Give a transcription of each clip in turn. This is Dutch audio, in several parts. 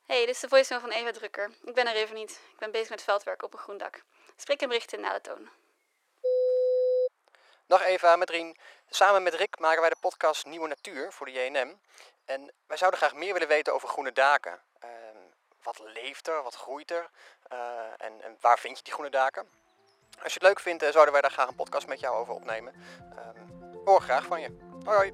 Hey, dit is de voicemail van Eva Drucker. Ik ben er even niet. Ik ben bezig met veldwerk op een groen dak. Spreek en bericht in na de toon. Dag Eva, met Rien. Samen met Rick maken wij de podcast Nieuwe Natuur voor de JNM. En wij zouden graag meer willen weten over groene daken. Wat leeft er, wat groeit er en waar vind je die groene daken? Als je het leuk vindt, zouden wij daar graag een podcast met jou over opnemen. Hoor graag van je. Hoi hoi.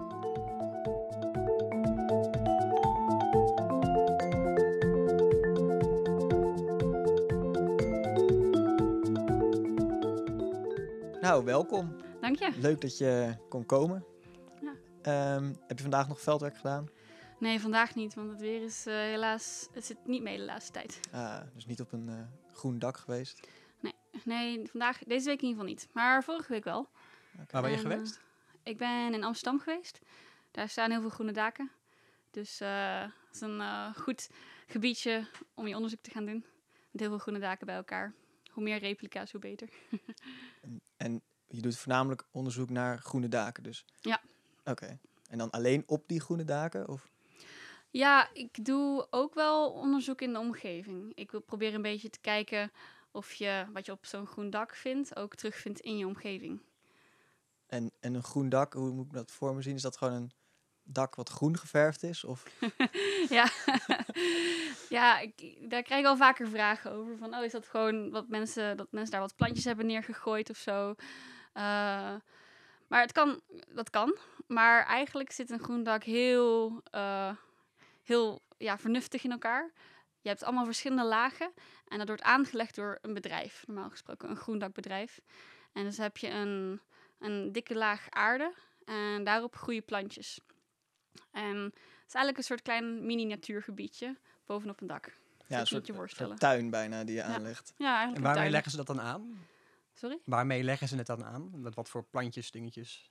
Nou, welkom. Dank je. Leuk dat je kon komen. Ja. Heb je vandaag nog veldwerk gedaan? Nee, vandaag niet, want het weer is helaas... Het zit niet mee de laatste tijd. Dus niet op een groen dak geweest? Nee, deze week in ieder geval niet. Maar vorige week wel. Okay. Waar ben je geweest? Ik ben in Amsterdam geweest. Daar staan heel veel groene daken. Dus het is een goed gebiedje om je onderzoek te gaan doen. Met heel veel groene daken bij elkaar. Hoe meer replica's, hoe beter. En je doet voornamelijk onderzoek naar groene daken dus? Ja. Oké. En dan alleen op die groene daken? Of? Ja, ik doe ook wel onderzoek in de omgeving. Ik wil proberen een beetje te kijken of je wat je op zo'n groen dak vindt, ook terugvindt in je omgeving. En een groen dak, hoe moet ik dat voor me zien? Is dat gewoon een dak wat groen geverfd is? Of? Ja, ja daar krijg ik al vaker vragen over. Van, is dat gewoon dat mensen daar wat plantjes hebben neergegooid of zo? Maar dat kan. Maar eigenlijk zit een groen dak heel vernuftig in elkaar. Je hebt allemaal verschillende lagen. En dat wordt aangelegd door een bedrijf. Normaal gesproken een groendakbedrijf. En dus heb je een dikke laag aarde. En daarop groeien plantjes. En het is eigenlijk een soort klein mini-natuurgebiedje bovenop een dak. Ja, een soort tuin bijna die je aanlegt. Ja, eigenlijk en waarmee tuin. leggen ze dat dan aan? Sorry? Waarmee leggen ze het dan aan? Wat voor plantjes, dingetjes?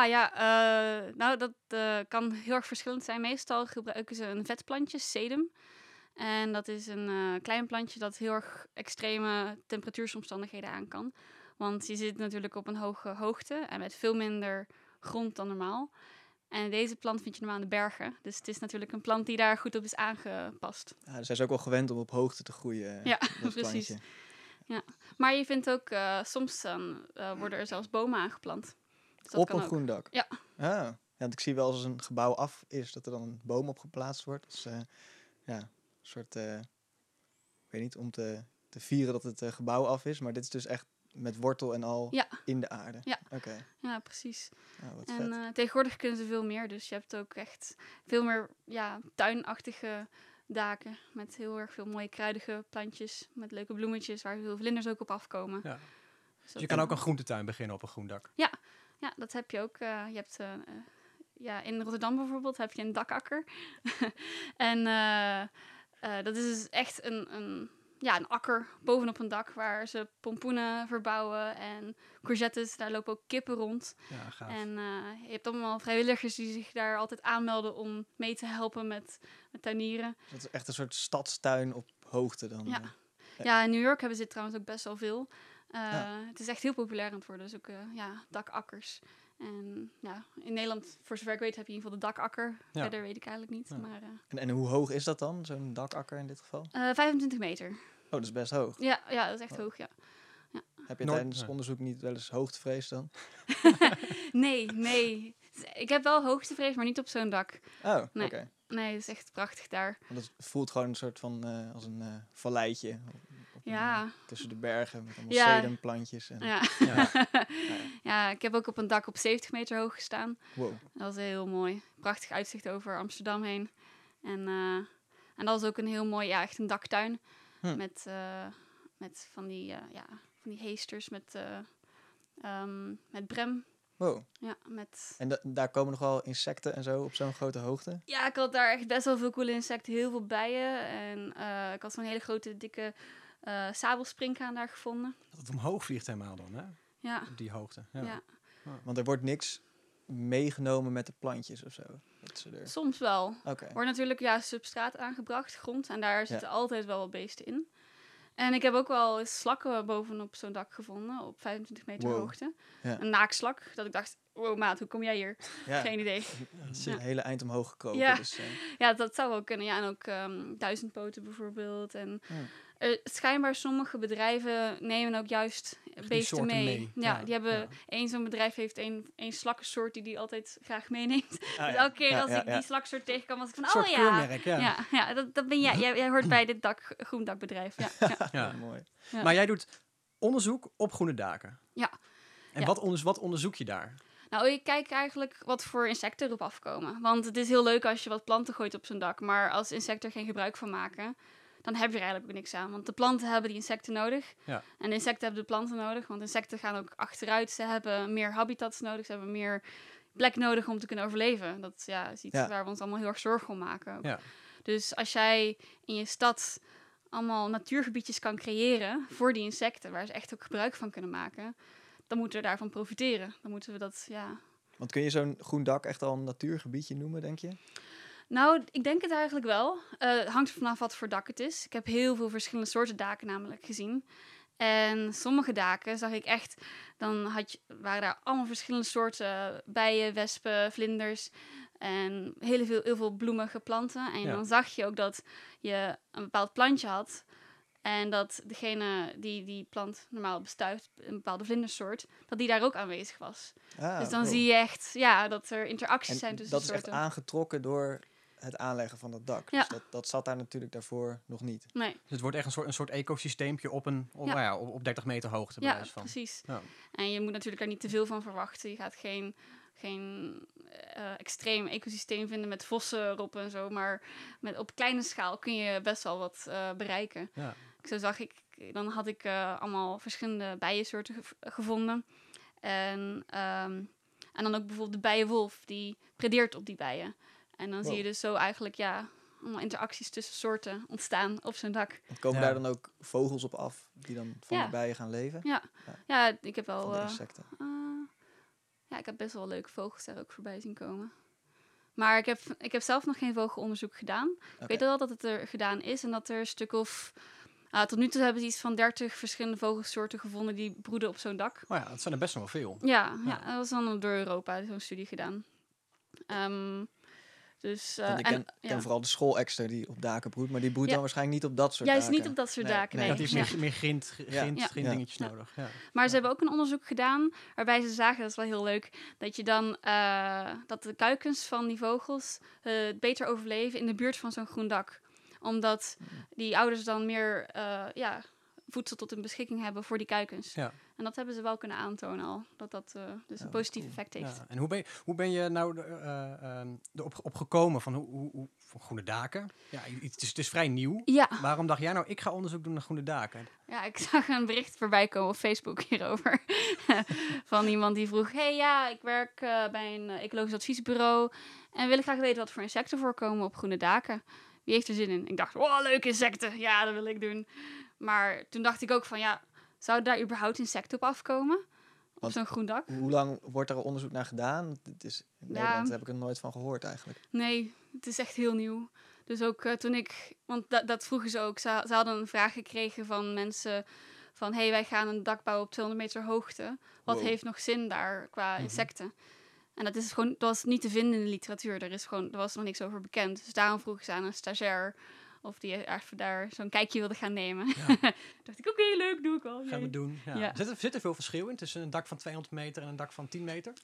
Dat kan heel erg verschillend zijn. Meestal gebruiken ze een vetplantje, sedum. En dat is een klein plantje dat heel erg extreme temperatuursomstandigheden aan kan. Want je zit natuurlijk op een hoge hoogte en met veel minder grond dan normaal. En deze plant vind je normaal in de bergen. Dus het is natuurlijk een plant die daar goed op is aangepast. Ja, dus hij is ook wel gewend om op hoogte te groeien. Ja, dat precies. plantje. Ja. Maar je vindt ook, soms worden er zelfs bomen aangeplant. Dus dat op kan een ook. groen dak? Ja. Ja, want ik zie wel als een gebouw af is, dat er dan een boom op geplaatst wordt. Dus een soort, ik weet niet, om te vieren dat het gebouw af is. Maar dit is dus echt met wortel en al in de aarde. Ja, Oké. Ja, precies. Oh, wat En vet. tegenwoordig kunnen ze veel meer. Dus je hebt ook echt veel meer tuinachtige daken. Met heel erg veel mooie kruidige plantjes. Met leuke bloemetjes waar veel vlinders ook op afkomen. Ja. Dus Dus je kan ook een groentetuin beginnen op een groen dak. Ja, dat heb je ook. Je hebt in Rotterdam bijvoorbeeld heb je een dakakker. En dat is dus echt een akker bovenop een dak waar ze pompoenen verbouwen en courgettes. Daar lopen ook kippen rond. Ja, gaaf. En je hebt allemaal vrijwilligers die zich daar altijd aanmelden om mee te helpen met tuinieren. Dus dat is echt een soort stadstuin op hoogte dan. Ja. Ja, in New York hebben ze dit trouwens ook best wel veel. Het is echt heel populair aan het worden. Dus ook dakakkers. En in Nederland, voor zover ik weet, heb je in ieder geval de dakakker. Ja. Verder weet ik eigenlijk niet. Ja. Maar, En hoe hoog is dat dan, zo'n dakakker in dit geval? 25 meter. Oh, dat is best hoog. Ja, dat is echt hoog, ja. Heb je tijdens het onderzoek niet wel eens hoogtevrees dan? Nee. Ik heb wel hoogtevrees, maar niet op zo'n dak. Oh, Nee. oké. Nee, het is echt prachtig daar. Want het voelt gewoon een soort van als een valleitje. Tussen de bergen met allemaal sedumplantjes. En, Ja, ik heb ook op een dak op 70 meter hoog gestaan. Wow. Dat was heel mooi. Prachtig uitzicht over Amsterdam heen. En dat was ook een heel mooi, echt een daktuin. Met van die heesters met brem. Wow. Ja, En daar komen nog wel insecten en zo op zo'n grote hoogte? Ja, ik had daar echt best wel veel coole insecten, heel veel bijen. En ik had zo'n hele grote, dikke sabelsprinkhaan daar gevonden. Dat het omhoog vliegt helemaal dan, hè? Ja. Op die hoogte. Ja. Ja. Want er wordt niks meegenomen met de plantjes of zo? Dat ze er... Soms wel. Oké. Er wordt natuurlijk substraat aangebracht, grond. En daar zitten altijd wel wat beesten in. En ik heb ook wel eens slakken bovenop zo'n dak gevonden, op 25 meter hoogte. Ja. Een naakslak, dat ik dacht, wow maat, hoe kom jij hier? Ja, Geen idee. het is Ja. een hele eind omhoog gekropen. Ja. Dus, Ja, dat zou wel kunnen. Ja, en ook duizendpoten bijvoorbeeld. En ja. schijnbaar sommige bedrijven nemen ook juist beesten soorten mee. mee. Ja, Ja, die hebben ja. zo'n bedrijf heeft één slakkensoort die altijd graag meeneemt. Ah, Dus ja. elke keer Ja, als ja, ik ja. die slaksoort tegenkom, was ik van, Een soort oh ja. keurmerk, ja. Ja, dat ben jij. Jij hoort bij dit groendakbedrijf. Ja, ja. Ja. Ja, mooi. Ja. Maar jij doet onderzoek op groene daken. Ja. En Ja. wat onderzoek je daar? Nou, ik kijk eigenlijk wat voor insecten erop afkomen. Want het is heel leuk als je wat planten gooit op zo'n dak. Maar als insecten er geen gebruik van maken, dan heb je er eigenlijk ook niks aan. Want de planten hebben die insecten nodig. Ja. En de insecten hebben de planten nodig. Want insecten gaan ook achteruit. Ze hebben meer habitats nodig. Ze hebben meer plek nodig om te kunnen overleven. Dat is iets Ja. waar we ons allemaal heel erg zorgen om maken. Ook. Ja. Dus als jij in je stad allemaal natuurgebiedjes kan creëren voor die insecten, waar ze echt ook gebruik van kunnen maken, dan moeten we daarvan profiteren. Dan moeten we dat, Want kun je zo'n groen dak echt al een natuurgebiedje noemen, denk je? Nou, ik denk het eigenlijk wel. Het hangt er vanaf wat voor dak het is. Ik heb heel veel verschillende soorten daken namelijk gezien. En sommige daken zag ik echt, waren daar allemaal verschillende soorten bijen, wespen, vlinders en heel veel bloemige planten. En Ja. dan zag je ook dat je een bepaald plantje had en dat degene die plant normaal bestuift, een bepaalde vlindersoort, dat die daar ook aanwezig was. Ah, Dus dan cool. zie je echt dat er interacties En zijn tussen dat is echt soorten. aangetrokken door het aanleggen van dat dak. Ja. Dus dat zat daar natuurlijk daarvoor nog niet. Nee. Dus het wordt echt een soort ecosysteempje op op 30 meter hoogte. bij Ja, wijze van. precies. Ja. En je moet natuurlijk daar niet te veel van verwachten. Je gaat geen extreem ecosysteem vinden met vossen erop en zo. Maar op kleine schaal kun je best wel wat bereiken. Ja. Dan had ik allemaal verschillende bijensoorten gevonden. En dan ook bijvoorbeeld de bijenwolf, die predeert op die bijen. En dan zie je dus zo eigenlijk, allemaal interacties tussen soorten ontstaan op zo'n dak. Want komen Ja. daar dan ook vogels op af die dan van Ja. de bijen gaan leven? Ja, ik heb Van wel... de insecten. ik heb best wel leuke vogels daar ook voorbij zien komen. Maar ik heb zelf nog geen vogelonderzoek gedaan. Ik Oké. weet wel dat het er gedaan is en dat er een stuk of... tot nu toe hebben ze iets van 30 verschillende vogelsoorten gevonden die broeden op zo'n dak. Oh ja, dat zijn er best nog wel veel. Ja, Ja. dat was dan door Europa zo'n studie gedaan. Dus, Want ik ken vooral de schoolekster die op daken broedt, maar die broedt Ja. dan waarschijnlijk niet op dat soort juist daken. niet op dat soort Nee, daken, nee. nee. Dat heeft meer grindingetjes Ja. nodig. Ja. Maar ze hebben ook een onderzoek gedaan waarbij ze zagen, dat is wel heel leuk, dat je dan dat de kuikens van die vogels het beter overleven in de buurt van zo'n groen dak. Omdat die ouders dan meer voedsel tot hun beschikking hebben voor die kuikens. Ja. En dat hebben ze wel kunnen aantonen al, dat dus een positief cool. effect heeft. Ja. En hoe ben je nou erop gekomen van van groene daken? Ja, het is vrij nieuw. Ja. Waarom dacht jij nou, ik ga onderzoek doen naar groene daken? Ja, ik zag een bericht voorbij komen op Facebook hierover. Van iemand die vroeg... ik werk bij een ecologisch adviesbureau... en wil ik graag weten wat voor insecten voorkomen op groene daken. Wie heeft er zin in? Ik dacht, leuke insecten. Ja, dat wil ik doen. Maar toen dacht ik ook van... zou daar überhaupt insecten op afkomen? Op Want zo'n groen dak? Hoe lang wordt er onderzoek naar gedaan? In Nederland heb ik er nooit van gehoord eigenlijk. Nee, het is echt heel nieuw. Dus ook toen ik... Want dat vroegen ze ook. Ze hadden een vraag gekregen van mensen... van wij gaan een dak bouwen op 200 meter hoogte. Wat Wow. heeft nog zin daar qua insecten? En dat was niet te vinden in de literatuur. Er was nog niks over bekend. Dus daarom vroegen ze aan een stagiair... of die even daar zo'n kijkje wilde gaan nemen. Ja. Dacht ik, oké, leuk, doe ik wel. Gaan jee. we doen. Ja. Ja. Zit er veel verschil in tussen een dak van 200 meter en een dak van 10 meter?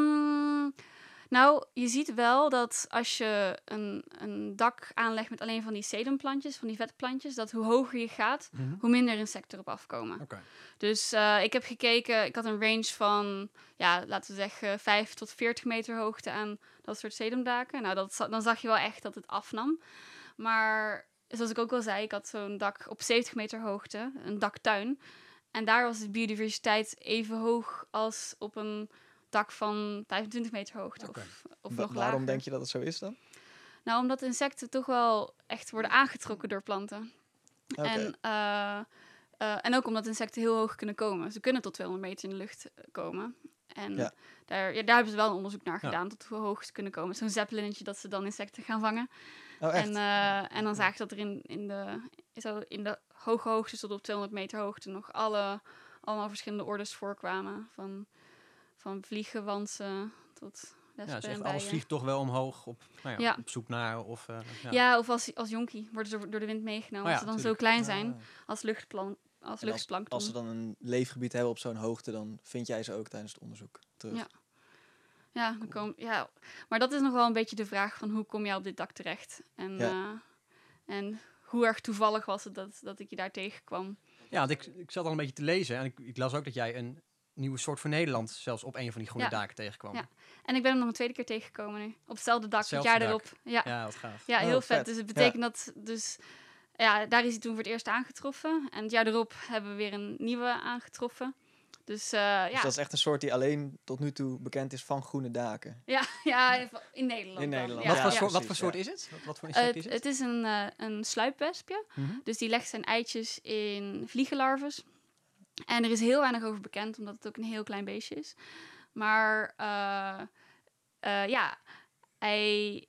Nou, je ziet wel dat als je een dak aanlegt met alleen van die sedumplantjes, van die vetplantjes, dat hoe hoger je gaat, hoe minder insecten erop afkomen. Oké. Dus ik heb gekeken, ik had een range van, laten we zeggen, 5 tot 40 meter hoogte aan dat soort sedumdaken. Nou, dan zag je wel echt dat het afnam. Maar zoals ik ook al zei, ik had zo'n dak op 70 meter hoogte, een daktuin. En daar was de biodiversiteit even hoog als op een dak van 25 meter hoogte Oké. of nog lager. Waarom denk je dat het zo is dan? Nou, omdat insecten toch wel echt worden aangetrokken door planten. Oké. En ook omdat insecten heel hoog kunnen komen. Ze kunnen tot 200 meter in de lucht komen. En Ja. daar hebben ze wel een onderzoek naar Ja. gedaan, tot hoe hoog ze kunnen komen. Zo'n zeppelinnetje dat ze dan insecten gaan vangen. Oh, echt? En dan zagen ze dat er in de hoge hoogte tot op 200 meter hoogte nog allemaal verschillende ordes voorkwamen van vliegenwansen tot Ja, wespen dus echt en alles bijen. vliegt toch wel omhoog Ja. op zoek naar. Of, Ja, of als jonkie worden ze door de wind meegenomen. Oh ja, als ze dan tuurlijk. zo klein zijn Ah. als Als luchtplankton. ze dan een leefgebied hebben op zo'n hoogte, dan vind jij ze ook tijdens het onderzoek terug. Ja. Maar dat is nog wel een beetje de vraag van hoe kom jij op dit dak terecht? En hoe erg toevallig was het dat ik je daar tegenkwam? Ja, want ik zat al een beetje te lezen. En ik las ook dat jij een nieuwe soort voor Nederland zelfs op een van die groene Ja. daken tegenkwam. Ja. En ik ben hem nog een tweede keer tegengekomen nu. Op hetzelfde dak, Hetzelfde het jaar dak. erop. Ja, Ja, wat gaaf. ja, heel Oh, vet. vet. Dus het betekent dat... Dus, ja, daar is hij toen voor het eerst aangetroffen. En het jaar erop hebben we weer een nieuwe aangetroffen. Dus Dus ja. dat is echt een soort die alleen tot nu toe bekend is van groene daken. Ja, in Nederland. In dan. Nederland. Ja, Wat voor ja. soort, precies, soort ja. is het? Wat voor insect is het? Het is een sluipwespje. Mhm. Dus die legt zijn eitjes in vliegenlarves. En er is heel weinig over bekend, omdat het ook een heel klein beestje is. Maar ja, hij...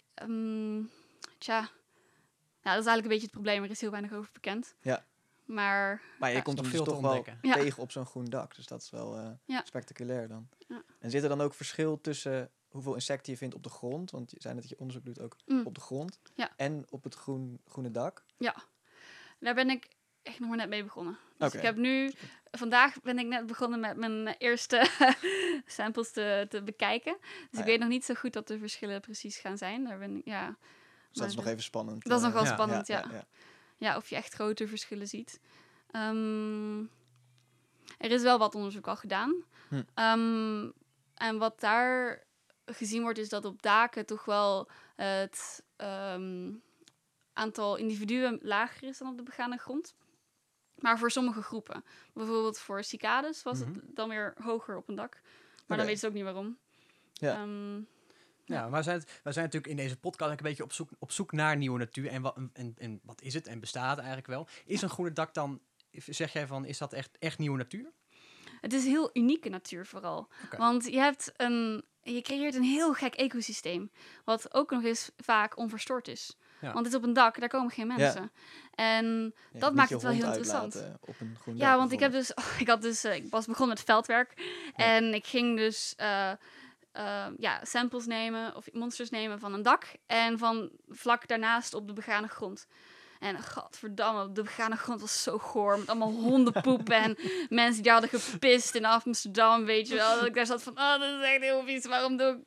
dat is eigenlijk een beetje het probleem. Er is heel weinig over bekend. Ja. Maar Maar je Ja, komt is hem nog dus veel toch te wel ontdekken. Ja. tegen op zo'n groen dak. Dus dat is wel Ja. spectaculair dan. Ja. En zit er dan ook verschil tussen hoeveel insecten je vindt op de grond? Want je zei net dat je onderzoek doet ook op de grond. Ja. En op het groene dak. daar ben ik echt nog maar net mee begonnen. Dus Oké. ik heb nu... Vandaag ben ik net begonnen met mijn eerste samples te bekijken. Dus ik ja. weet nog niet zo goed wat de verschillen precies gaan zijn. Daar ben ik, Dus dat is Maar, nog even spannend. dat is nog wel Ja. spannend, ja. ja. Ja, of je echt grote verschillen ziet. Er is wel wat onderzoek al gedaan. Hm. En wat daar gezien wordt, is dat op daken toch wel het aantal individuen lager is dan op de begane grond. Maar voor sommige groepen. Bijvoorbeeld voor cicades was het dan weer hoger op een dak. Maar Oké. dan weten ze ook niet waarom. Ja. Ja, maar wij zijn natuurlijk in deze podcast een beetje op zoek naar nieuwe natuur. En wat is het? En bestaat het eigenlijk wel? Is een groene dak dan, zeg jij van, is dat echt nieuwe natuur? Het is heel unieke natuur vooral. Oké. Want je creëert een heel gek ecosysteem. Wat ook nog eens vaak onverstoord is. Ja. Want het is op een dak, daar komen geen mensen. En Je dat moet maakt je het wel hond heel interessant. uitlaten op een groen Ja, dak want ik was begonnen met veldwerk. En ik ging dus samples nemen of monsters nemen van een dak. En van vlak daarnaast op de begane grond. En godverdamme, de begane grond was zo goor. Met allemaal hondenpoep en mensen die daar hadden gepist in Amsterdam, weet je wel. Dat ik daar zat van, oh, dat is echt heel vies. Waarom doe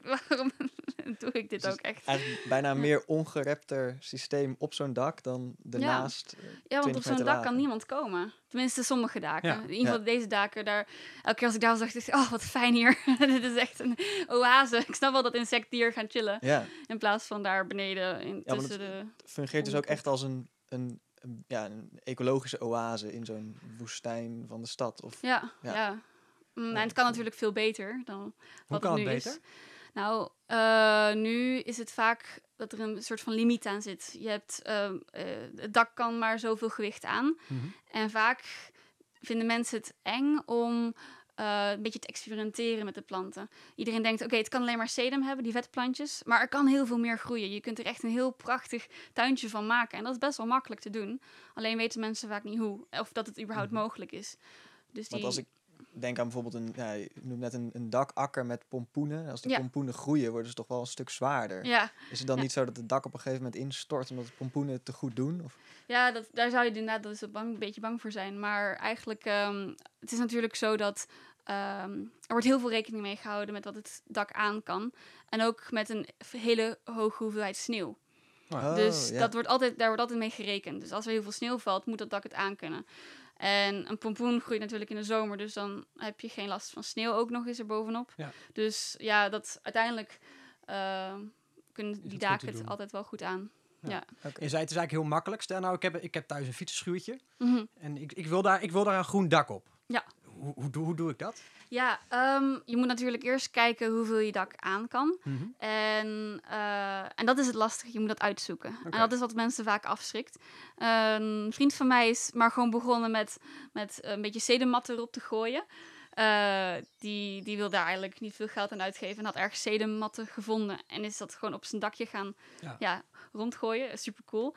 ik dit Dus ook echt? Eigenlijk bijna een meer ongerepter systeem op zo'n dak dan ernaast. Ja, want 20 op zo'n meter dak lager. kan niemand komen. Tenminste, sommige daken. Ja. In ieder geval deze daken. Elke keer als ik daar was, dacht ik, oh, wat fijn hier. Dit is echt een oase. Ik snap wel dat insecten hier gaan chillen. Ja, In plaats van daar beneden want tussen de... fungeert dus ook echt als een ecologische oase in zo'n woestijn van de stad. Of, Ja. En het kan natuurlijk veel beter dan Hoe wat kan het het nu beter? is. Nou, nu is het vaak dat er een soort van limiet aan zit. Je hebt, het dak kan maar zoveel gewicht aan. Mhm. En vaak vinden mensen het eng om een beetje te experimenteren met de planten. Iedereen denkt, oké, het kan alleen maar sedum hebben, die vetplantjes. Maar er kan heel veel meer groeien. Je kunt er echt een heel prachtig tuintje van maken. En dat is best wel makkelijk te doen. Alleen weten mensen vaak niet hoe. Of dat het überhaupt mogelijk is. Dus Want als ik denk aan bijvoorbeeld je noemt net een dakakker met pompoenen. Als de Ja. pompoenen groeien, worden ze toch wel een stuk zwaarder. Ja, Is het dan Ja. niet zo dat het dak op een gegeven moment instort omdat de pompoenen het te goed doen? Of? ja daar zou je inderdaad een beetje bang voor zijn. Maar eigenlijk, het is natuurlijk zo dat er wordt heel veel rekening mee gehouden met wat het dak aan kan. En ook met een hele hoge hoeveelheid sneeuw. Oh, Dus ja. daar wordt altijd mee gerekend. Dus als er heel veel sneeuw valt, moet dat dak het aankunnen. En een pompoen groeit natuurlijk in de zomer, dus dan heb je geen last van sneeuw ook nog eens erbovenop. Ja. Dus ja, dat uiteindelijk kunnen het die goed daken te het doen. altijd wel goed aan. Ja. Ja. Oké. Je zei, het is eigenlijk heel makkelijk. Stel nou, ik heb thuis een fietsenschuurtje. Mhm. En ik wil daar een groen dak op. Ja. Hoe doe ik dat? Ja, je moet natuurlijk eerst kijken hoeveel je dak aan kan. Mhm. En dat is het lastige, je moet dat uitzoeken. Oké. En dat is wat mensen vaak afschrikt. Een vriend van mij is maar gewoon begonnen met een beetje sedummatten erop te gooien. Die wil daar eigenlijk niet veel geld aan uitgeven. En had ergens sedummatten gevonden. En is dat gewoon op zijn dakje gaan rondgooien. Super cool.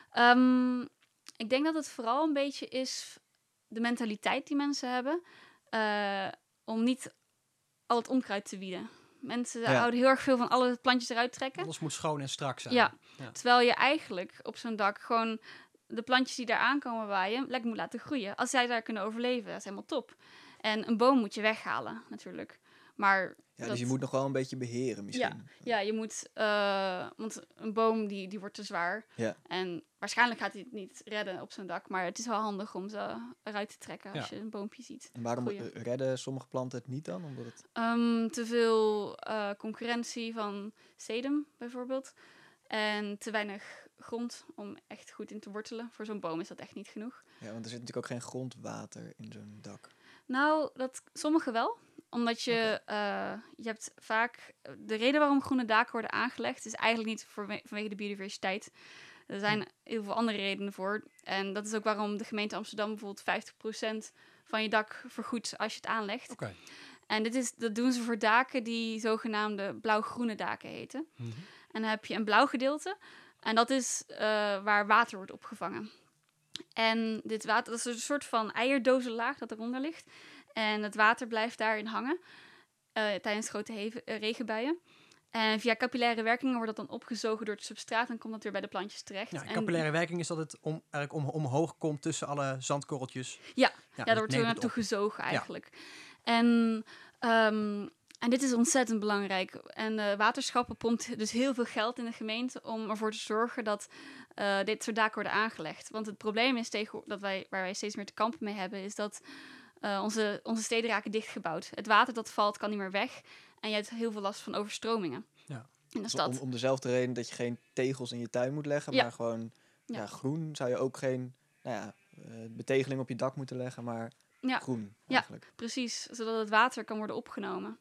Ik denk dat het vooral een beetje is de mentaliteit die mensen hebben. Om niet al het onkruid te wieden. Mensen Ja. houden heel erg veel van alle plantjes eruit trekken. Alles moet schoon en strak zijn. Ja. Ja. Terwijl je eigenlijk op zo'n dak gewoon de plantjes die daar aankomen waaien lekker moet laten groeien. Als zij daar kunnen overleven, dat is helemaal top. En een boom moet je weghalen, natuurlijk. Maar Ja, dus je moet nog wel een beetje beheren misschien. ja, je moet... want een boom die wordt te zwaar. Ja. En waarschijnlijk gaat hij het niet redden op zo'n dak. Maar het is wel handig om ze eruit te trekken als je een boompje ziet. En waarom Groeien. redden sommige planten het niet dan? Omdat het... Te veel concurrentie van sedum bijvoorbeeld. En te weinig grond om echt goed in te wortelen. Voor zo'n boom is dat echt niet genoeg. Ja, want er zit natuurlijk ook geen grondwater in zo'n dak. Nou, sommige wel. Omdat je hebt vaak... De reden waarom groene daken worden aangelegd is eigenlijk niet vanwege de biodiversiteit. Er zijn heel veel andere redenen voor. En dat is ook waarom de gemeente Amsterdam bijvoorbeeld 50% van je dak vergoedt als je het aanlegt. Oké. En dat doen ze voor daken die zogenaamde blauw-groene daken heten. Mhm. En dan heb je een blauw gedeelte. En dat is waar water wordt opgevangen. En dit water, dat is een soort van eierdozenlaag dat eronder ligt. En het water blijft daarin hangen tijdens grote regenbuien. En via capillaire werkingen wordt dat dan opgezogen door het substraat en komt dat weer bij de plantjes terecht. Ja, En capillaire werking is dat het omhoog komt tussen alle zandkorreltjes. Ja, dat daar wordt er neemt het naartoe op. gezogen eigenlijk. En dit is ontzettend belangrijk. En waterschappen pompt dus heel veel geld in de gemeente om ervoor te zorgen dat dit soort daken worden aangelegd. Want het probleem is waar wij steeds meer te kampen mee hebben, is dat onze steden raken dichtgebouwd. Het water dat valt kan niet meer weg. En je hebt heel veel last van overstromingen Ja. in de Dus stad. om dezelfde reden dat je geen tegels in je tuin moet leggen, Ja. maar gewoon Ja. groen, zou je ook geen betegeling op je dak moeten leggen, maar Ja. groen Ja. eigenlijk. Precies, zodat het water kan worden opgenomen.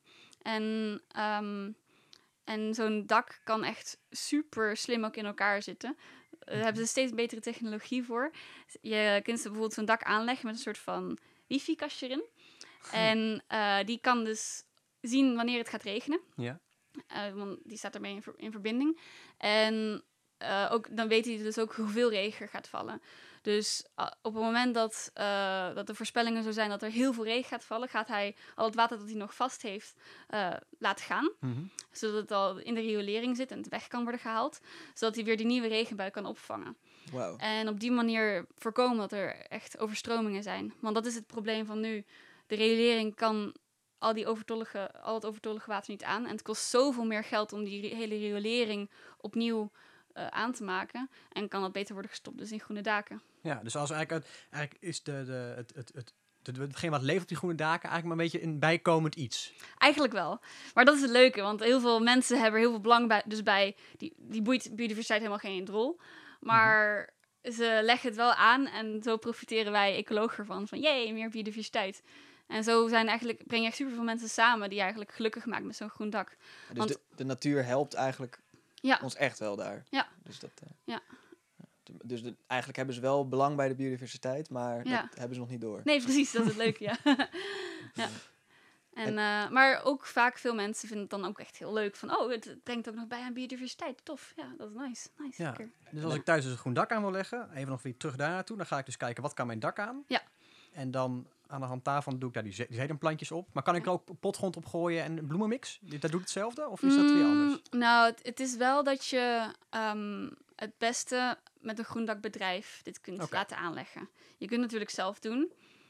En zo'n dak kan echt super slim ook in elkaar zitten. Daar hebben ze steeds betere technologie voor. Je kunt ze bijvoorbeeld zo'n dak aanleggen met een soort van wifi-kastje erin. En die kan dus zien wanneer het gaat regenen. Ja. Want die staat ermee in verbinding. En dan weet hij dus ook hoeveel regen er gaat vallen. Dus op het moment dat de voorspellingen zo zijn dat er heel veel regen gaat vallen, gaat hij al het water dat hij nog vast heeft laten gaan. Mhm. Zodat het al in de riolering zit en het weg kan worden gehaald. Zodat hij weer die nieuwe regenbui kan opvangen. Wauw. En op die manier voorkomen dat er echt overstromingen zijn. Want dat is het probleem van nu. De riolering kan al het overtollige water niet aan. En het kost zoveel meer geld om die hele riolering opnieuw aan te maken. En kan dat beter worden gestopt dus in groene daken. Ja, dus als eigenlijk is hetgeen wat leeft op die groene daken eigenlijk maar een beetje een bijkomend iets. Eigenlijk wel. Maar dat is het leuke, want heel veel mensen hebben er heel veel belang bij. Die boeit biodiversiteit helemaal geen drol. Maar ze leggen het wel aan en zo profiteren wij ecologen ervan. Van jee, meer biodiversiteit. En zo breng je echt superveel mensen samen die je eigenlijk gelukkig maakt met zo'n groen dak. Dus Want- de natuur helpt eigenlijk Ja, ons echt wel daar. Ja. Dus dat, Ja. Dus eigenlijk hebben ze wel belang bij de biodiversiteit, maar Ja. dat hebben ze nog niet door. nee, precies, dat is het leuke, ja. Ja. Maar ook vaak veel mensen vinden het dan ook echt heel leuk. Van, het brengt ook nog bij aan biodiversiteit. Tof, ja, dat is nice. Ja. Lekker. Dus als ik thuis dus een groen dak aan wil leggen, even nog weer terug daar naartoe, dan ga ik dus kijken wat kan mijn dak aan. Ja. En dan aan de hand daarvan doe ik daar die sedumplantjes op. Maar kan ik er ook potgrond op gooien en een bloemenmix? Dat doet hetzelfde? Of is dat weer anders? Nou, het is wel dat je het beste met een groendakbedrijf dit kunt Oké. laten aanleggen. Je kunt het natuurlijk zelf doen.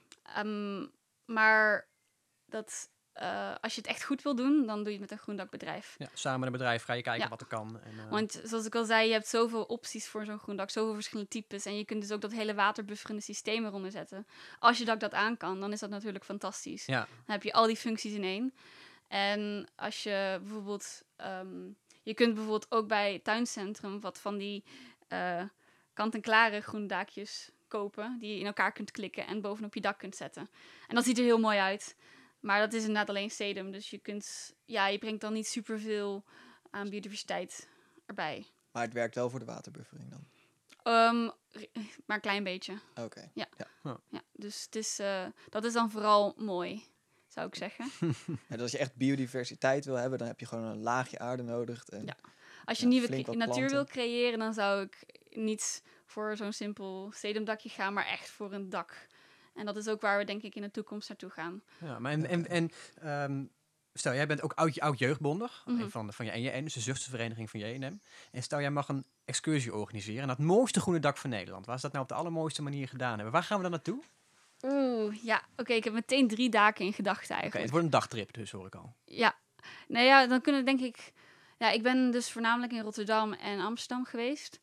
Maar als je het echt goed wil doen, dan doe je het met een groendakbedrijf. Ja, samen met een bedrijf ga je kijken Ja. wat er kan. En, Want zoals ik al zei, je hebt zoveel opties voor zo'n groendak. Zoveel verschillende types. En je kunt dus ook dat hele waterbufferende systeem eronder zetten. Als je dak dat aan kan, dan is dat natuurlijk fantastisch. ja. Dan heb je al die functies in één. En als je bijvoorbeeld... je kunt bijvoorbeeld ook bij het tuincentrum wat van die kant-en-klare groendaakjes kopen. Die je in elkaar kunt klikken en bovenop je dak kunt zetten. En dat ziet er heel mooi uit. Maar dat is inderdaad alleen sedum. Dus je brengt dan niet superveel aan biodiversiteit erbij. Maar het werkt wel voor de waterbuffering dan. Maar een klein beetje. Oké. Ja, dus het is, dat is dan vooral mooi, zou ik zeggen. Dus als je echt biodiversiteit wil hebben, dan heb je gewoon een laagje aarde nodig. En Ja. Als je Ja, nieuwe flink wat natuur planten. wil creëren, dan zou ik niet voor zo'n simpel sedumdakje gaan, maar echt voor een dak. En dat is ook waar we denk ik in de toekomst naartoe gaan. Ja, maar stel, jij bent ook oud jeugdbondig Mhm. van je NJN, dus de zustervereniging van JNM. En stel, jij mag een excursie organiseren naar het mooiste groene dak van Nederland. Waar ze dat nou op de allermooiste manier gedaan hebben. Waar gaan we dan naartoe? Ja, oké, ik heb meteen 3 daken in gedachten Oké, eigenlijk. het wordt een dagtrip dus, hoor ik al. Ja, nou ja, dan kunnen denk ik... Ja, ik ben dus voornamelijk in Rotterdam en Amsterdam geweest.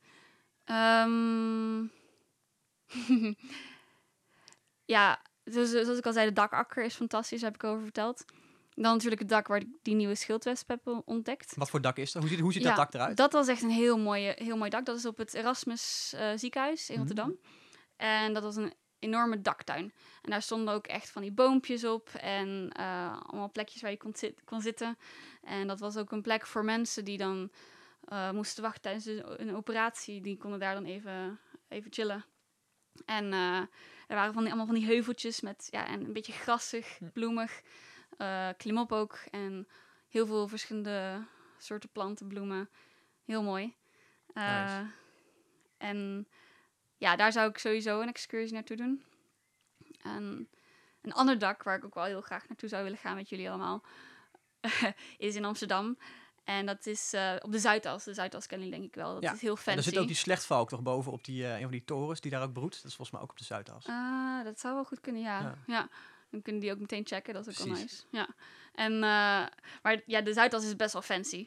Ja, dus, zoals ik al zei, de dakakker is fantastisch, daar heb ik over verteld. Dan natuurlijk het dak waar ik die nieuwe schildwesp heb ontdekt. Wat voor dak is dat? Hoe ziet dat dak eruit? Dat was echt een heel mooi dak. Dat is op het Erasmus ziekenhuis in Rotterdam. En dat was een enorme daktuin. En daar stonden ook echt van die boompjes op. En allemaal plekjes waar je kon zitten. En dat was ook een plek voor mensen die dan moesten wachten tijdens een operatie. Die konden daar dan even chillen. En er waren allemaal van die heuveltjes met en een beetje grassig, bloemig. Klimop ook. En heel veel verschillende soorten planten, bloemen. Heel mooi. Nice. En ja, daar zou ik sowieso een excursie naartoe doen. En een ander dak waar ik ook wel heel graag naartoe zou willen gaan met jullie allemaal, is in Amsterdam. En dat is op de Zuidas. De Zuidas kennen jullie denk ik wel. Dat is heel fancy. En er zit ook die slechtvalk toch boven op een van die torens die daar ook broedt. Dat is volgens mij ook op de Zuidas. Dat zou wel goed kunnen, ja. Dan kunnen die ook meteen checken. Dat is ook wel nice. Precies. Ja. En, maar ja, de Zuidas is best wel fancy.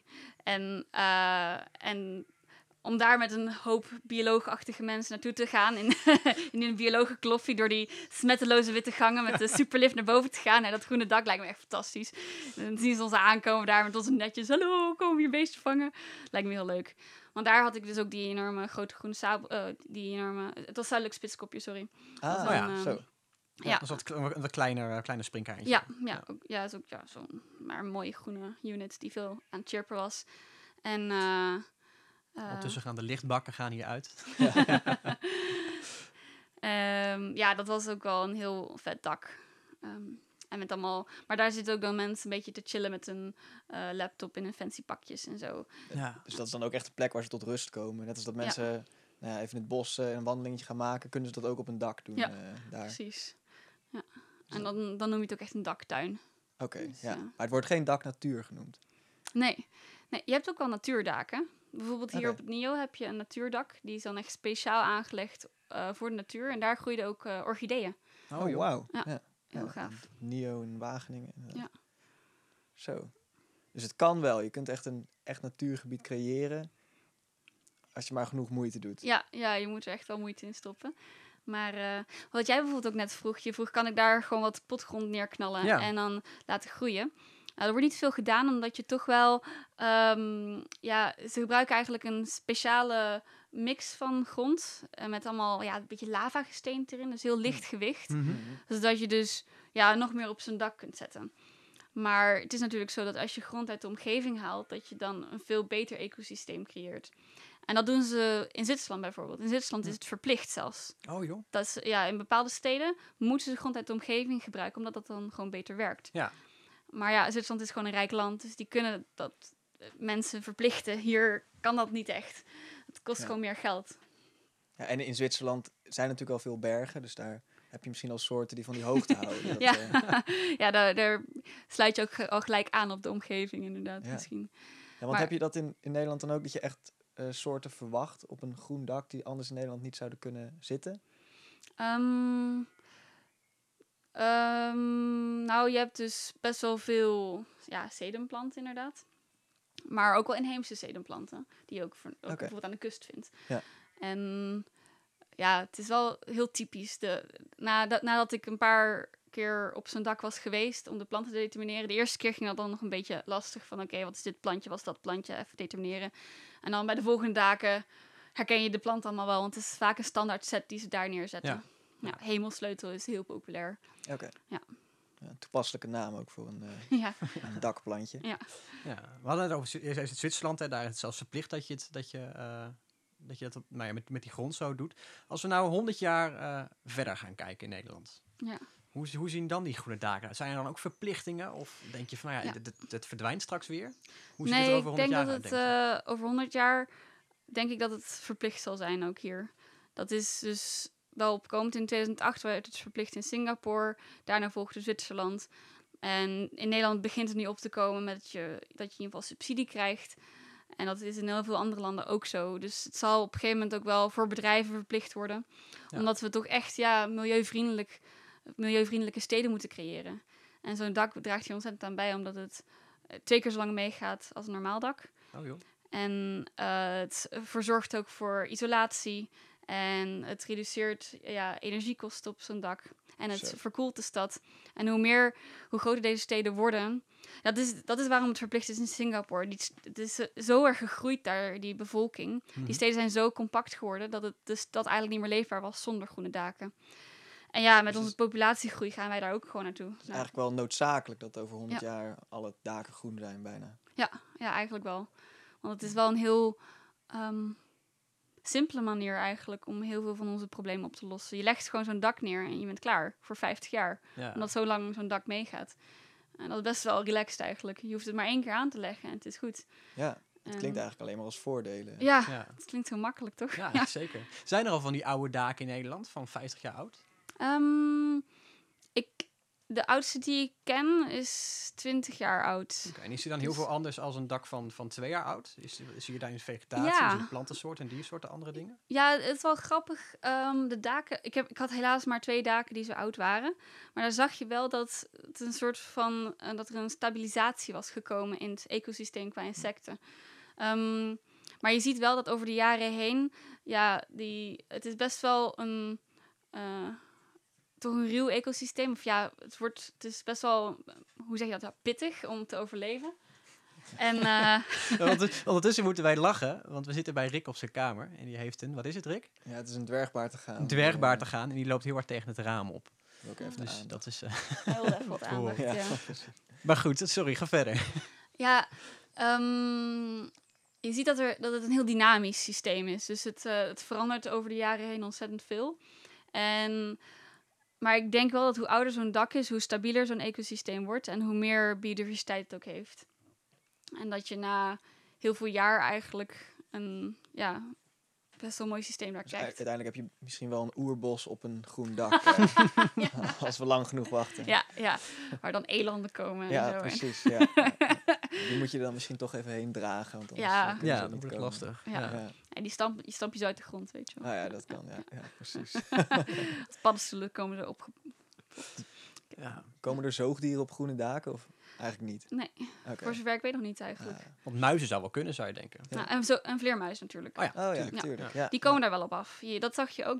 En om daar met een hoop bioloogachtige mensen naartoe te gaan. In een biologenkloffie door die smetteloze witte gangen met de superlift naar boven te gaan. En dat groene dak lijkt me echt fantastisch. En dan zien ze ons aankomen daar met onze netjes. Hallo, komen we hier beesten vangen? Lijkt me heel leuk. Want daar had ik dus ook die enorme grote groene sabel. Het was zuidelijk spitskopje, sorry. Ah, Dat is ja, zo. Ja. Dat is een wat kleine springkaartje. Ja, is ook zo'n maar een mooie groene unit die veel aan het chirpen was. En Ondertussen gaan de lichtbakken hier uit. dat was ook wel een heel vet dak. En met allemaal... Maar daar zitten ook dan mensen een beetje te chillen met een laptop in een fancy pakjes en zo. Ja. Dus dat is dan ook echt een plek waar ze tot rust komen. Net als dat mensen even in het bos een wandelingetje gaan maken, kunnen ze dat ook op een dak doen. Ja, daar. Precies. Ja. En dan noem je het ook echt een daktuin. Oké, Dus, ja. Maar het wordt geen dak natuur genoemd. Nee, je hebt ook wel natuurdaken. Bijvoorbeeld hier Oké. op het NIO heb je een natuurdak. Die is dan echt speciaal aangelegd voor de natuur. En daar groeiden ook orchideeën. Oh, wauw. Ja. Heel gaaf. NIO in Wageningen. Ja. Zo. Dus het kan wel. Je kunt echt een echt natuurgebied creëren als je maar genoeg moeite doet. Ja, je moet er echt wel moeite in stoppen. Maar wat jij bijvoorbeeld ook net vroeg. Je vroeg, kan ik daar gewoon wat potgrond neerknallen en dan laten groeien? Er wordt niet veel gedaan, omdat je toch wel... ze gebruiken eigenlijk een speciale mix van grond. Met allemaal een beetje lavagesteente erin. Dus heel licht gewicht. Zodat je dus nog meer op zijn dak kunt zetten. Maar het is natuurlijk zo dat als je grond uit de omgeving haalt, dat je dan een veel beter ecosysteem creëert. En dat doen ze in Zwitserland bijvoorbeeld. In Zwitserland is het verplicht zelfs. Oh joh. Dat is, in bepaalde steden moeten ze grond uit de omgeving gebruiken, omdat dat dan gewoon beter werkt. Ja. Maar Zwitserland is gewoon een rijk land, dus die kunnen dat mensen verplichten. Hier kan dat niet echt. Het kost gewoon meer geld. Ja, en in Zwitserland zijn natuurlijk al veel bergen, dus daar heb je misschien al soorten die van die hoogte houden. Daar sluit je ook al gelijk aan op de omgeving inderdaad misschien. Ja, want heb je dat in Nederland dan ook, dat je echt soorten verwacht op een groen dak die anders in Nederland niet zouden kunnen zitten? Je hebt dus best wel veel sedumplanten inderdaad. Maar ook wel inheemse sedumplanten, die je ook bijvoorbeeld aan de kust vindt. Ja. En het is wel heel typisch. Nadat ik een paar keer op zo'n dak was geweest om de planten te determineren. De eerste keer ging dat dan nog een beetje lastig. Van oké, wat is dit plantje, wat is dat plantje? Even determineren. En dan bij de volgende daken herken je de plant allemaal wel. Want het is vaak een standaard set die ze daar neerzetten. Ja. Hemelsleutel is heel populair. Oké. Ja. Een toepasselijke naam ook voor een dakplantje. Ja. We hadden het over Zwitserland. Daar is het zelfs verplicht dat je dat met die grond zo doet. Als we nou 100 jaar verder gaan kijken in Nederland. Ja. Hoe zien dan die groene daken? Zijn er dan ook verplichtingen? Of denk je van, het verdwijnt straks weer? Hoe ziet het er over 100 jaar uit? Ik denk dat het over 100 jaar, denk ik dat het verplicht zal zijn ook hier. Dat is dus wel opkomend. In 2008 werd het verplicht in Singapore. Daarna volgde Zwitserland. En in Nederland begint het nu op te komen met dat je in ieder geval subsidie krijgt. En dat is in heel veel andere landen ook zo. Dus het zal op een gegeven moment ook wel voor bedrijven verplicht worden. Ja. Omdat we toch echt milieuvriendelijke steden moeten creëren. En zo'n dak draagt hier ontzettend aan bij, omdat het 2 keer zo lang meegaat als een normaal dak. Oh joh. En het verzorgt ook voor isolatie. En het reduceert energiekosten op zo'n dak. En het Zo. verkoelt de stad. En hoe groter deze steden worden... Dat is waarom het verplicht is in Singapore. Het is zo erg gegroeid daar, die bevolking. Mhm. Die steden zijn zo compact geworden... dat de stad eigenlijk niet meer leefbaar was zonder groene daken. En ja, met Dus onze populatiegroei gaan wij daar ook gewoon naartoe. Het is eigenlijk wel noodzakelijk dat over 100 Ja. jaar alle daken groen zijn bijna. Ja, eigenlijk wel. Want het is wel een heel simpele manier eigenlijk om heel veel van onze problemen op te lossen. Je legt gewoon zo'n dak neer en je bent klaar voor 50 jaar. Ja. Omdat zo lang zo'n dak meegaat. En dat is best wel relaxed eigenlijk. Je hoeft het maar 1 keer aan te leggen en het is goed. Ja, het En- klinkt eigenlijk alleen maar als voordelen. Ja, Ja. het klinkt zo makkelijk toch? Ja, zeker. Zijn er al van die oude daken in Nederland van 50 jaar oud? Ehm, de oudste die ik ken is 20 jaar oud. Oké, en is die dan heel Dus- veel anders als een dak van 2 jaar oud? Zie je daar in vegetatie, Ja. is het plantensoort en diersoorten andere dingen? Ja, het is wel grappig. De daken. Ik had helaas maar 2 daken die zo oud waren. Maar daar zag je wel dat het een soort van dat er een stabilisatie was gekomen in het ecosysteem qua insecten. Maar je ziet wel dat over de jaren heen, het is best wel een toch een ruw ecosysteem. Of ja, het is best wel, hoe zeg je dat? Ja, pittig om te overleven. En Ondertussen moeten wij lachen, want we zitten bij Rick op zijn kamer. En die heeft wat is het Rick? Ja, het is een dwergbaar te gaan. Een dwergbaar te gaan en die loopt heel hard tegen het raam op. Ook even Dus aan. dat is... heel even wat aandacht. Ja. Ja. Maar goed, sorry, ga verder. Ja, je ziet dat het een heel dynamisch systeem is. Dus het verandert over de jaren heen ontzettend veel. Maar ik denk wel dat hoe ouder zo'n dak is, hoe stabieler zo'n ecosysteem wordt en hoe meer biodiversiteit het ook heeft. En dat je na heel veel jaar eigenlijk een best wel mooi systeem daar Dus krijgt. uiteindelijk heb je misschien wel een oerbos op een groen dak. Als we lang genoeg wachten. Ja, waar dan elanden komen en Ja, zo. precies. Ja. Die moet je dan misschien toch even heen dragen. Want anders, Ja. kunnen ze Ja, er dat niet wordt komen. lastig. Ja. Ja. En die stamp je zo uit de grond, weet je wel. Nou ja, dat kan. Ja, precies. Als paddenstoelen komen er op. Ja. Komen er zoogdieren op groene daken of eigenlijk niet? Nee, Oké. voor zover ik weet nog niet eigenlijk. Want muizen zou wel kunnen, zou je denken. Ja. Nou, en vleermuis natuurlijk. Oh ja, Oh ja, tuurlijk. tuurlijk. Ja. Ja. Die komen daar wel op af. Dat zag je ook,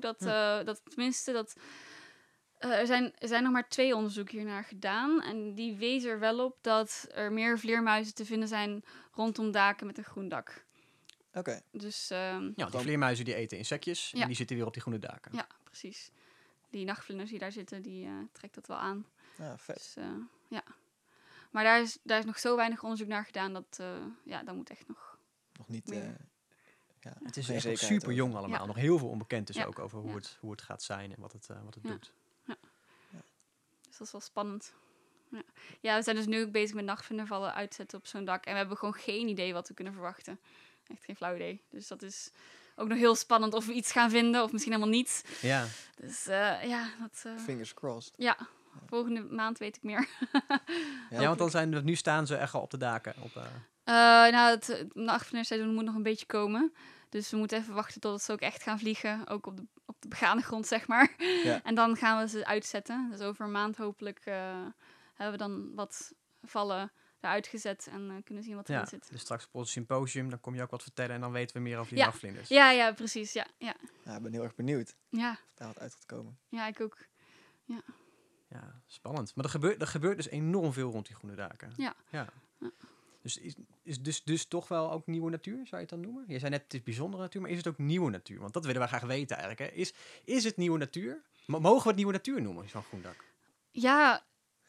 er zijn nog maar 2 onderzoeken hiernaar gedaan. En die wezen er wel op dat er meer vleermuizen te vinden zijn rondom daken met een groen dak. Oké. Dus Ja, die vleermuizen die eten insectjes Ja. en die zitten weer op die groene daken. ja, precies. Die nachtvlinders die daar zitten, die trekt dat wel aan. Ja, vet. Dus ja. Maar daar is nog zo weinig onderzoek naar gedaan dat moet echt nog... Nog niet. Meer. Het is geen echt nog zekerheid super jong over. allemaal. Ja. Nog heel veel onbekend dus Ja. ook over Ja. hoe het gaat zijn en wat het Ja. doet. Dus dat is wel spannend. Ja, we zijn dus nu ook bezig met nachtvlindervallen uitzetten op zo'n dak. En we hebben gewoon geen idee wat we kunnen verwachten. Echt geen flauw idee. Dus dat is ook nog heel spannend of we iets gaan vinden of misschien helemaal niet. Ja, Dus Fingers crossed. ja, volgende maand weet ik meer. ja, want nu staan ze echt al op de daken. Het nachtvlinderseizoen moet nog een beetje komen. Dus we moeten even wachten tot ze ook echt gaan vliegen. Ook op de begane grond, zeg maar. Ja. En dan gaan we ze uitzetten. Dus over een maand hopelijk hebben we dan wat vallen eruit gezet. En kunnen zien wat erin Ja, zit. dus straks op ons symposium, dan kom je ook wat vertellen en dan weten we meer over die Ja. nachtvlinders. Ja, precies. Ja, Ja, ik ben heel erg benieuwd ja, of daar wat uit gaat komen. ja, ik ook. Ja, spannend. Maar er gebeurt dus enorm veel rond die groene daken. Ja. Ja. Dus is dus toch wel ook nieuwe natuur, zou je het dan noemen? Je zei net, het is bijzondere natuur, maar is het ook nieuwe natuur? Want dat willen wij graag weten eigenlijk. Hè. Is het nieuwe natuur? Mogen we het nieuwe natuur noemen, zo'n groen dak? Ja,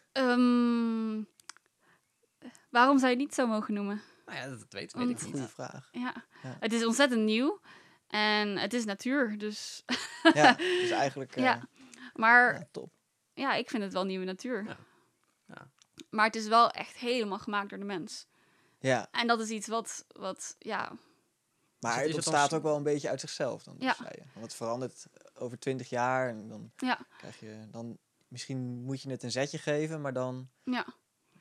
waarom zou je het niet zo mogen noemen? Nou ja, dat weet Want- ik niet. Goeie vraag. Ja. Ja. Het is ontzettend nieuw. En het is natuur, dus... Ja, dus eigenlijk Ja. Maar ja, top. ja, ik vind het wel nieuwe natuur. Ja. Ja. Maar het is wel echt helemaal gemaakt door de mens. Ja, En dat is iets wat ja... maar is het het ontstaat dan- ook wel een beetje uit zichzelf dan, Ja. zei je. Want het verandert over 20 jaar en dan Ja, krijg je... Dan, misschien moet je het een zetje geven, maar dan ja.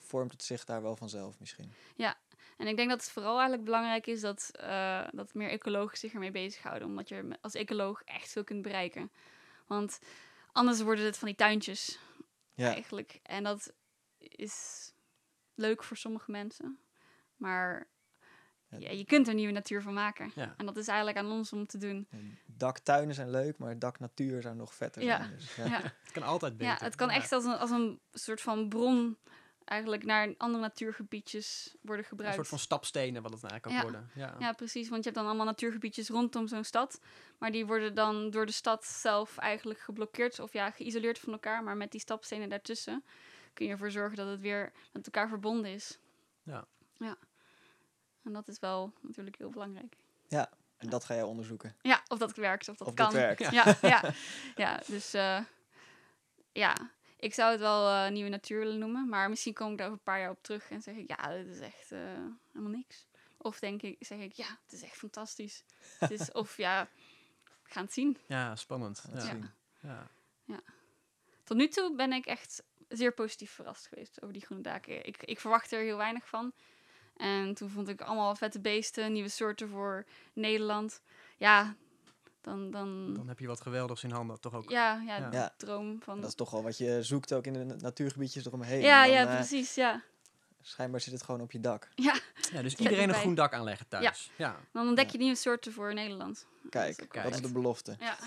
vormt het zich daar wel vanzelf misschien. En ik denk dat het vooral eigenlijk belangrijk is dat meer ecologen zich ermee bezighouden. Omdat je als ecoloog echt veel kunt bereiken. Want anders worden het van die tuintjes Ja, eigenlijk. En dat is leuk voor sommige mensen. Maar ja, je kunt er nieuwe natuur van maken. Ja. En dat is eigenlijk aan ons om te doen. en daktuinen zijn leuk, maar daknatuur zou nog vetter Ja. zijn. Dus, ja. Ja, Het kan altijd beter. ja het kan echt als een soort van bron eigenlijk naar andere natuurgebiedjes worden Een gebruikt. soort van stapstenen wat het eigenlijk kan worden. Ja. Ja, precies. Want je hebt dan allemaal natuurgebiedjes rondom zo'n stad. Maar die worden dan door de stad zelf eigenlijk geblokkeerd. Of ja, geïsoleerd van elkaar. Maar met die stapstenen daartussen kun je ervoor zorgen dat het weer met elkaar verbonden is. Ja. Ja. En dat is wel natuurlijk heel belangrijk. En dat ga jij onderzoeken. Ja, of dat werkt, of dat Of kan. dat werkt. Ja, dus ja, ik zou het wel nieuwe natuur willen noemen. Maar misschien kom ik daar over een paar jaar op terug en zeg ik, ja, dit is echt helemaal niks. Of zeg ik, ja, het is echt fantastisch. Het is, of ja, we gaan het zien. Ja, spannend. Dat Ja. zien. Ja. Tot nu toe ben ik echt zeer positief verrast geweest over die groene daken. Ik verwacht er heel weinig van. En toen vond ik allemaal vette beesten, nieuwe soorten voor Nederland. Ja, dan Dan heb je wat geweldigs in handen, toch ook. ja, Ja. de droom van... Dat is toch wel wat je zoekt ook in de natuurgebiedjes eromheen. ja, En dan, precies, ja. Schijnbaar zit het gewoon op je dak. Ja, dus iedereen een erbij. groen dak aanleggen thuis. Ja. Dan ontdek Ja. je nieuwe soorten voor Nederland. Kijk, ook wel dat is vet. de belofte. Ja.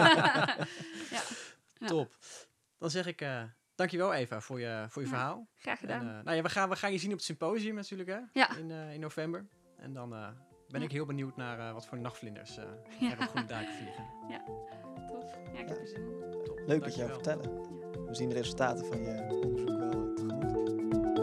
Ja. Top. Dan zeg ik dankjewel Eva voor je verhaal. Graag gedaan. En, nou ja, we gaan je zien op het symposium natuurlijk hè? Ja. In november. En dan ben ik heel benieuwd naar wat voor nachtvlinders er Ja. op groene daken vliegen. Tof. Ja, ik heb er zin in. Top. Leuk dat je Dankjewel. jou vertellen. We zien de resultaten van je onderzoek wel tegemoet.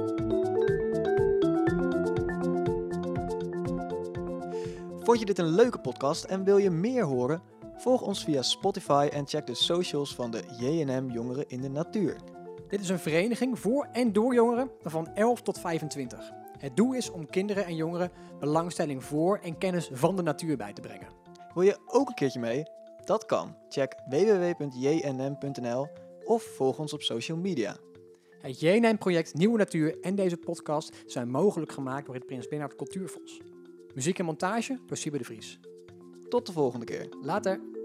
Vond je dit een leuke podcast en wil je meer horen? Volg ons via Spotify en check de socials van de JNM Jongeren in de Natuur. Dit is een vereniging voor en door jongeren van 11 tot 25. Het doel is om kinderen en jongeren belangstelling voor en kennis van de natuur bij te brengen. Wil je ook een keertje mee? Dat kan. Check www.jnm.nl of volg ons op social media. Het JNM-project Nieuwe Natuur en deze podcast zijn mogelijk gemaakt door het Prins Bernhard Cultuurfonds. Muziek en montage door Siebe de Vries. Tot de volgende keer. Later.